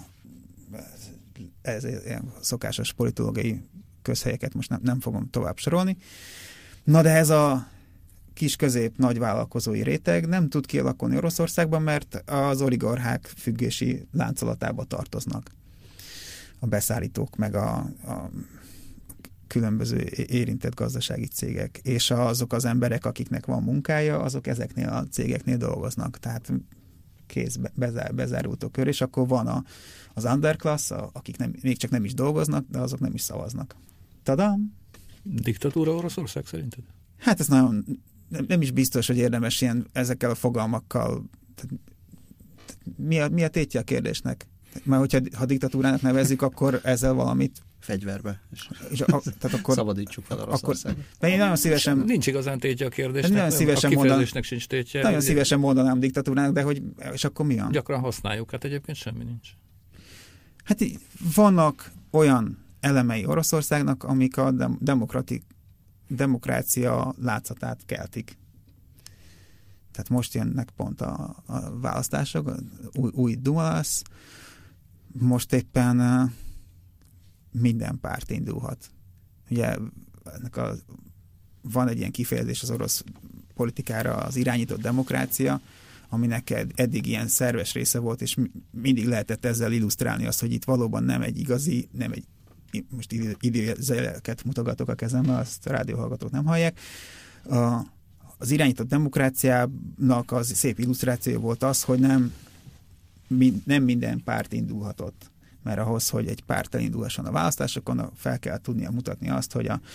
ez ilyen szokásos politológiai közhelyeket most nem, nem fogom tovább sorolni. Na de ez a kis-közép nagyvállalkozói réteg nem tud kialakulni Oroszországban, mert az oligarchák függési láncolatába tartoznak. A beszállítók, meg a, a különböző érintett gazdasági cégek, és azok az emberek, akiknek van munkája, azok ezeknél a cégeknél dolgoznak, tehát kész, bezár, bezárult a kör, és akkor van a, az underclass, a, akik nem, még csak nem is dolgoznak, de azok nem is szavaznak. Tadam! Diktatúra Oroszország szerinted? Hát ez nagyon, nem, nem is biztos, hogy érdemes ilyen ezekkel a fogalmakkal. Tehát, mi, a, mi a tétje a kérdésnek? Mert hogyha ha diktatúrának nevezzük, akkor ezzel valamit fegyverbe. És és a, tehát akkor, szabadítsuk fel Oroszországot. Én nagyon szívesen... Nincs igazán tétje a kérdésnek. Nagyon szívesen a kifejezésnek mondan, sincs tétje. Nagyon szívesen mondanám diktatúrának, de hogy, és akkor mi van? Gyakran használjuk, hát egyébként semmi nincs. Hát vannak olyan elemei Oroszországnak, amik a demokratik, demokrácia látszatát keltik. Tehát most jönnek pont a, a választások, új, új Duma lesz, most éppen uh, minden párt indulhat. Ugye ennek a, van egy ilyen kifejezés az orosz politikára, az irányított demokrácia, aminek eddig ilyen szerves része volt, és mindig lehetett ezzel illusztrálni azt, hogy itt valóban nem egy igazi, nem egy, most idézőjeleket mutogatok a kezemmel, azt a rádióhallgatók nem hallják. A, az irányított demokráciának az szép illusztráció volt az, hogy nem, nem minden párt indulhatott. Mert ahhoz, hogy egy párt elindulhasson a választásokon, fel kell tudnia mutatni azt, hogy a,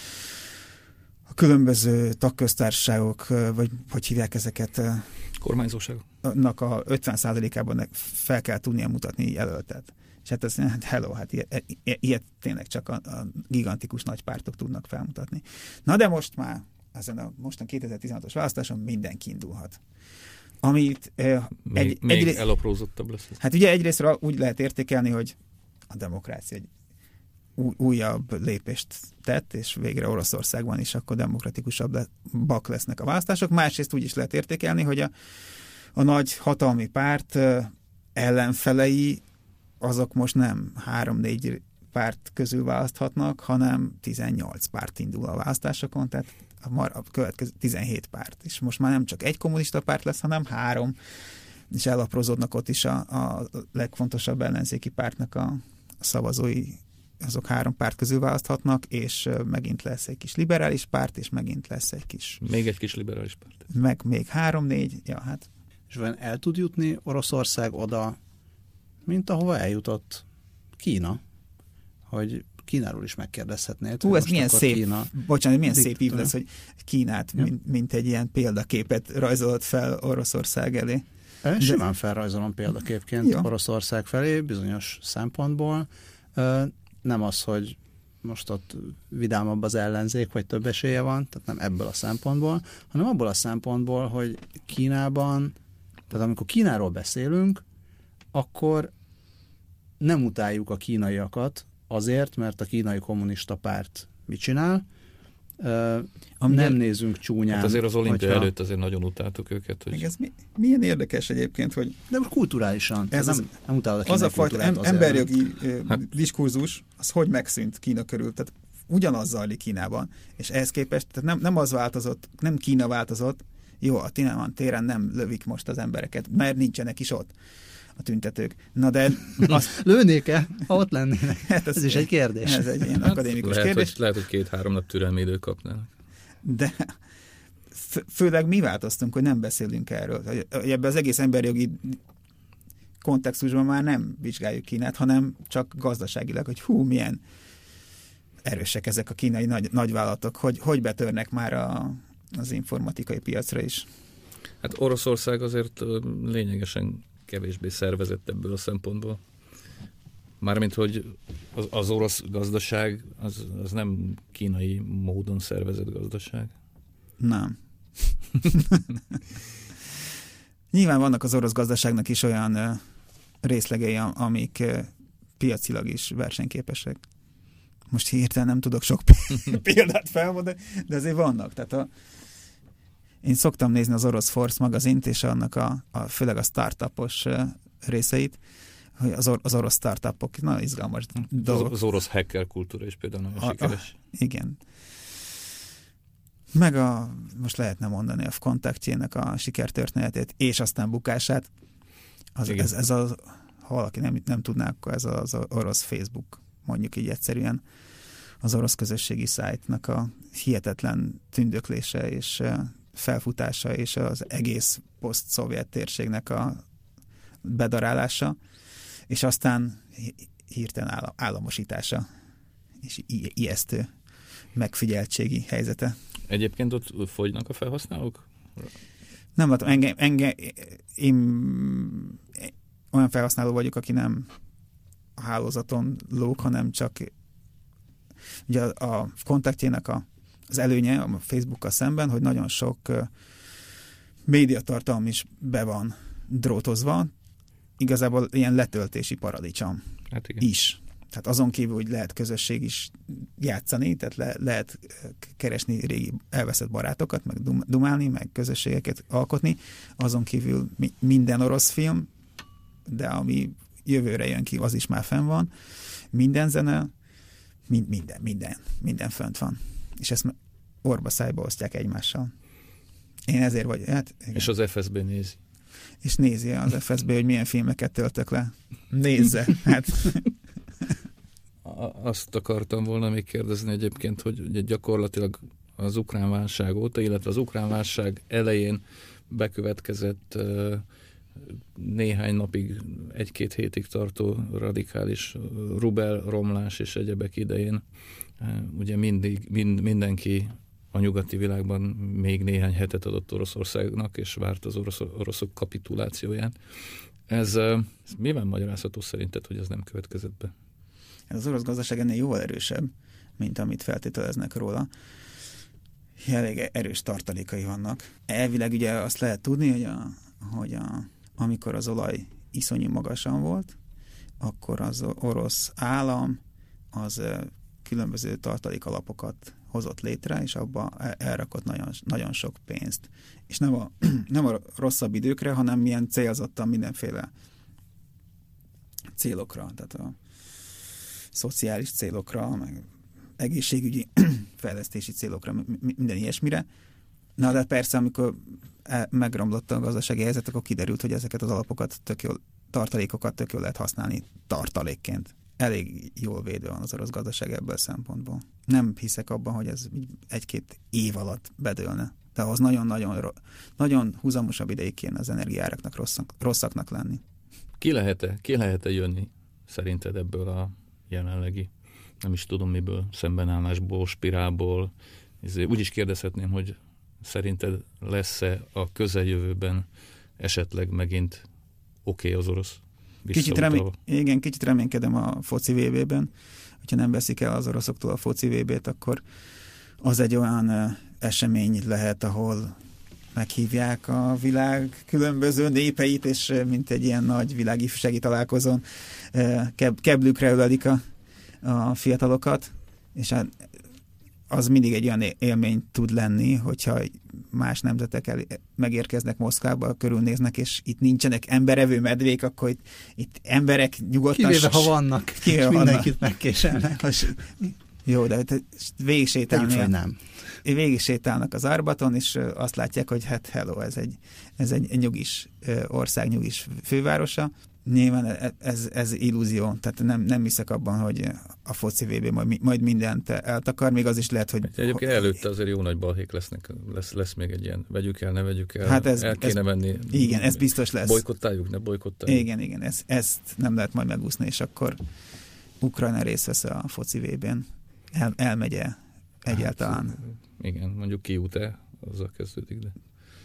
a különböző tagköztársaságok, vagy hogy hívják ezeket, kormányzóságnak a ötven százalékában fel kell tudnia mutatni jelöltet. És hát ez, hát hello, hát ilyet, ilyet tényleg csak a, a gigantikus nagy pártok tudnak felmutatni. Na de most már, ezen a mostan kétezer-tizenhatos választáson mindenki indulhat. Amit eh, még, egy, még egy, elaprózottabb lesz. Hát ugye egyrésztről úgy lehet értékelni, hogy a demokrácia egy új, újabb lépést tett, és végre Oroszországban is akkor demokratikusabbak lesznek a választások. Másrészt úgy is lehet értékelni, hogy a, a nagy hatalmi párt ellenfelei azok most nem három-négy párt közül választhatnak, hanem tizennyolc párt indul a választásokon, tehát a, a következő tizenhét párt. És most már nem csak egy kommunista párt lesz, hanem három, és elaprózódnak ott is a, a legfontosabb ellenzéki pártnak a szavazói, azok három párt közül választhatnak, és megint lesz egy kis liberális párt, és megint lesz egy kis... Még egy kis liberális párt. Meg még három-négy, ja hát. És vajon el tud jutni Oroszország oda, mint ahova eljutott Kína, hogy Kínáról is megkérdezhetnéd. Hú, ez milyen szép, Kína bocsánat, milyen szép ív lesz, hogy Kínát, ja. mint, mint egy ilyen példaképet rajzolod fel Oroszország elé. De... Simán felrajzolom példaképként ja. Oroszország felé, bizonyos szempontból. Nem az, hogy most ott vidámabb az ellenzék, vagy több esélye van, tehát nem ebből a szempontból, hanem abból a szempontból, hogy Kínában, tehát amikor Kínáról beszélünk, akkor nem utáljuk a kínaiakat azért, mert a kínai kommunista párt mit csinál, Ami nem nézünk csúnyán. Hát azért az olimpia hogyha... előtt azért nagyon utáltuk őket. Hogy... Ez mi, milyen érdekes egyébként, hogy... De kulturálisan. Ez nem, nem utálod a az a fajta em, emberjogi hát... diskurzus, az hogy megszűnt Kína körül. Tehát ugyanaz zajlik Kínában. És ehhez képest tehát nem, nem az változott, nem Kína változott, jó, a Tiananmen téren nem lövik most az embereket, mert nincsenek is ott a tüntetők. Na de... Azt... Lőnék-e, ha ott lennének? Hát ez, ez is egy kérdés. Ez egy ilyen akadémikus lehet, kérdés. Hogy, lehet, hogy két-három nap türelmi időt kapnának. De fő, főleg mi változtunk, hogy nem beszélünk erről. Ebben az egész emberjogi kontextusban már nem vizsgáljuk Kínát, hanem csak gazdaságilag, hogy hú, milyen erősek ezek a kínai nagy, nagyvállalatok, hogy, hogy betörnek már a, az informatikai piacra is. Hát Oroszország azért lényegesen kevésbé szervezett ebből a szempontból. Mármint, hogy az, az orosz gazdaság az, az nem kínai módon szervezett gazdaság. Nem. Nyilván vannak az orosz gazdaságnak is olyan uh, részlegei, amik uh, piacilag is versenyképesek. Most hirtelen nem tudok sok példát felmondani, de azért vannak. Tehát a, én szoktam nézni az orosz Force magazint, és annak a, a főleg a startupos uh, részeit, hogy az, or, az orosz startupok nagyon izgalmas dolgok. Az, az orosz hacker kultúra is például nagyon a, sikeres. A, igen. Meg a, most lehetne mondani a kontaktjének a sikertörténetét, és aztán bukását. Az, ez, ez a, ha valaki nem, nem tudná, akkor ez az orosz Facebook, mondjuk így egyszerűen az orosz közösségi szájtnak a hihetetlen tündöklése és felfutása, és az egész poszt-szovjet térségnek a bedarálása, és aztán hirtelen államosítása, és ijesztő megfigyeltségi helyzete. Egyébként ott fogynak a felhasználók? Nem látom, engem, engem én olyan felhasználó vagyok, aki nem a hálózaton lóg, hanem csak ugye a, a kontaktjének a, az előnye a Facebookkal szemben, hogy nagyon sok uh, médiatartalom is be van drótozva, igazából ilyen letöltési paradicsom hát igen. is. Tehát azon kívül, hogy lehet közösség is játszani, tehát le, lehet keresni régi elveszett barátokat, meg dum, dumálni, meg közösségeket alkotni, azon kívül mi, minden orosz film, de ami jövőre jön ki, az is már fenn van, minden zene, mind, minden, minden, minden fönt van. És ezt orba szájba osztják egymással. Én ezért vagy. Hát, és az ef es bé nézi. És nézi az ef es bé, hogy milyen filmeket töltök le. Nézze. Hát. Azt akartam volna még kérdezni egyébként, hogy gyakorlatilag az ukrán válság óta, illetve az ukrán válság elején bekövetkezett néhány napig, egy-két hétig tartó radikális rubel romlás és egyebek idején. Ugye mindig, mind, mindenki a nyugati világban még néhány hetet adott Oroszországnak, és várt az orosz, oroszok kapitulációját. Ez, ez miben magyarázható szerinted, hogy ez nem következett be? Az orosz gazdaság ennél jóval erősebb, mint amit feltételeznek róla. Elég erős tartalékai vannak. Elvileg ugye azt lehet tudni, hogy, a, hogy a, amikor az olaj iszonyú magasan volt, akkor az orosz állam az különböző tartalékalapokat hozott létre, és abba elrakott nagyon, nagyon sok pénzt. És nem a, nem a rosszabb időkre, hanem milyen célzottan mindenféle célokra, tehát a szociális célokra, meg egészségügyi fejlesztési célokra, minden ilyesmire. Na, de persze, amikor megromlott a gazdasági helyzet, akkor kiderült, hogy ezeket az alapokat, tök jól, tartalékokat tök jól lehet használni tartalékként. Elég jól védve van az orosz gazdaság ebből a szempontból. Nem hiszek abban, hogy ez egy-két év alatt bedőlne. De ahhoz nagyon-nagyon nagyon húzamosabb ideig kéne az energiáraknak rosszak, rosszaknak lenni. Ki lehet-e, ki lehet-e jönni szerinted ebből a jelenlegi, nem is tudom miből, szembenállásból, spirálból? Úgy is kérdezhetném, hogy szerinted lesz-e a közeljövőben esetleg megint oké okay az orosz kicsit remény, Igen, kicsit reménykedem a foci vé bé-ben. Hogyha nem veszik el az oroszoktól a foci vé bé-t, akkor az egy olyan uh, esemény lehet, ahol meghívják a világ különböző népeit, és uh, mint egy ilyen nagy világi ifjúsági találkozón uh, keb- keblükre ölelik a, a fiatalokat, és hát az mindig egy olyan élmény tud lenni, hogyha más nemzetek el, megérkeznek Moszkvába, körülnéznek, és itt nincsenek emberevő medvék, akkor itt, itt emberek nyugodtan... Kivéve, ha vannak, kivéve, és mindenkit megkéselnek. Jó, de végig sétálni. Tegyük, nem. Végig sétálnak az Arbaton, és azt látják, hogy hát hello, ez egy, ez egy nyugis ország, nyugis fővárosa. Nyilván ez, ez illúzió, tehát nem, nem hiszek abban, hogy a foci vé bé majd, majd mindent eltakar, még az is lehet, hogy... Egyébként előtte azért jó nagy balhék lesznek, lesz, lesz még egy ilyen, vegyük el, ne vegyük el, hát ez, el kéne ez, venni. Igen, ez biztos lesz. Bolykottáljuk, ne bolykottáljuk. Igen, igen, ez, ezt nem lehet majd megúszni, és akkor Ukrajna részt vesz a foci vé bén. El, elmegye egyáltalán. Hát, igen, mondjuk kijut-e, azzal kezdődik, de...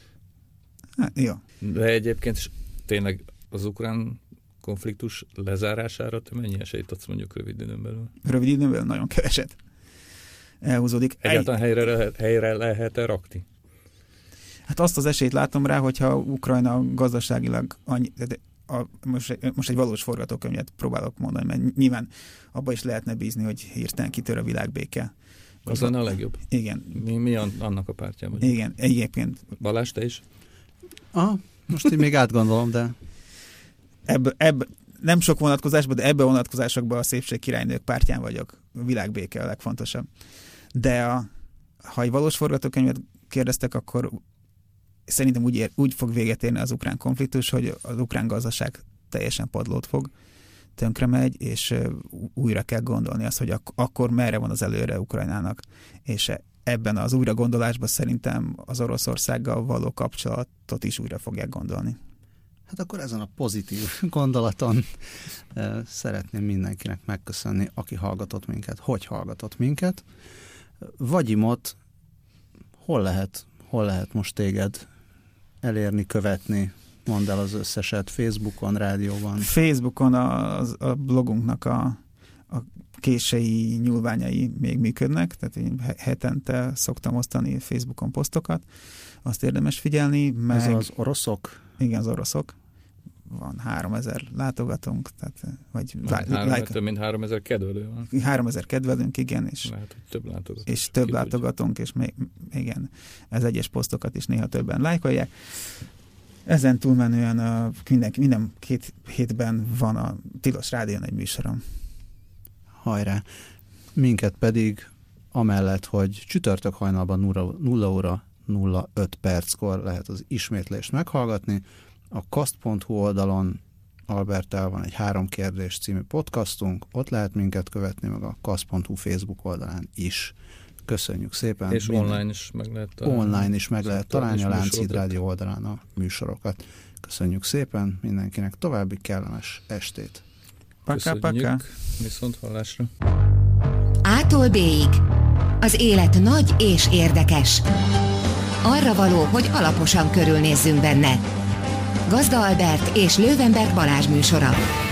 Hát, jó. De egyébként tényleg az ukrán konfliktus lezárására te mennyi esélyt adsz mondjuk rövid időn belül? Rövid időn belül nagyon keveset. Elhúzódik. Egyáltalán helyre, lehet, helyre lehet-e rakni? Hát azt az esélyt látom rá, hogyha Ukrajna gazdaságilag annyi, de a, most, most egy valós forgatókönyvet próbálok mondani, mert nyilván abba is lehetne bízni, hogy hirtelen kitör a világbéke. Az lenne a legjobb. Igen. Mi, mi annak a pártjában? Igen, egyébként. Balázs, te is? Aha, most így még átgondolom, de... Ebbe, ebbe, nem sok vonatkozásban, de ebbe a vonatkozásokban a szépség királynők pártján vagyok. A világbéke a legfontosabb. De a, ha egy valós forgatókönyvet kérdeztek, akkor szerintem úgy, ér, úgy fog véget érni az ukrán konfliktus, hogy az ukrán gazdaság teljesen padlót fog, tönkre megy, és újra kell gondolni azt, hogy ak- akkor merre van az előre Ukrajnának. És ebben az újra gondolásban szerintem az Oroszországgal való kapcsolatot is újra fogják gondolni. Hát akkor ezen a pozitív gondolaton eh, szeretném mindenkinek megköszönni, aki hallgatott minket, hogy hallgatott minket. Vagyimot, hol lehet, hol lehet most téged elérni, követni? Mondd el az összeset, Facebookon, rádióban. Facebookon a, a blogunknak a, a kései nyúlványai még működnek, tehát én hetente szoktam osztani Facebookon posztokat, azt érdemes figyelni. Meg... Ez az oroszok? Igen, az oroszok. van háromezer látogatónk, tehát, vagy három, like, több mint háromezer kedvelő van. háromezer kedvelőnk, igen, és, Lehet, hogy több látogatónk. és több látogatónk, és még, igen, ez egyes posztokat is néha többen lájkolják. Ezen túlmenően a, minden, minden két hétben van a Tilos Rádión egy műsorom. Hajrá! Minket pedig amellett, hogy csütörtök hajnalban nulla óra nulla öt perckor lehet az ismétlést meghallgatni. A kast pont hu oldalon Alberttel van egy Három kérdés című podcastunk, ott lehet minket követni, meg a kast pont hu Facebook oldalán is. Köszönjük szépen. És minden... online is meg lehet találni. Online is meg lehet találni a Lánchíd műsorokat. Rádió oldalán a műsorokat. Köszönjük szépen mindenkinek, további kellemes estét. Paka, paka. Köszönjük, viszont hallásra. A-tól B-ig. Az élet nagy és érdekes. Arra való, hogy alaposan körülnézzünk benne. Gazda Albert és Löwenberg Balázs műsora.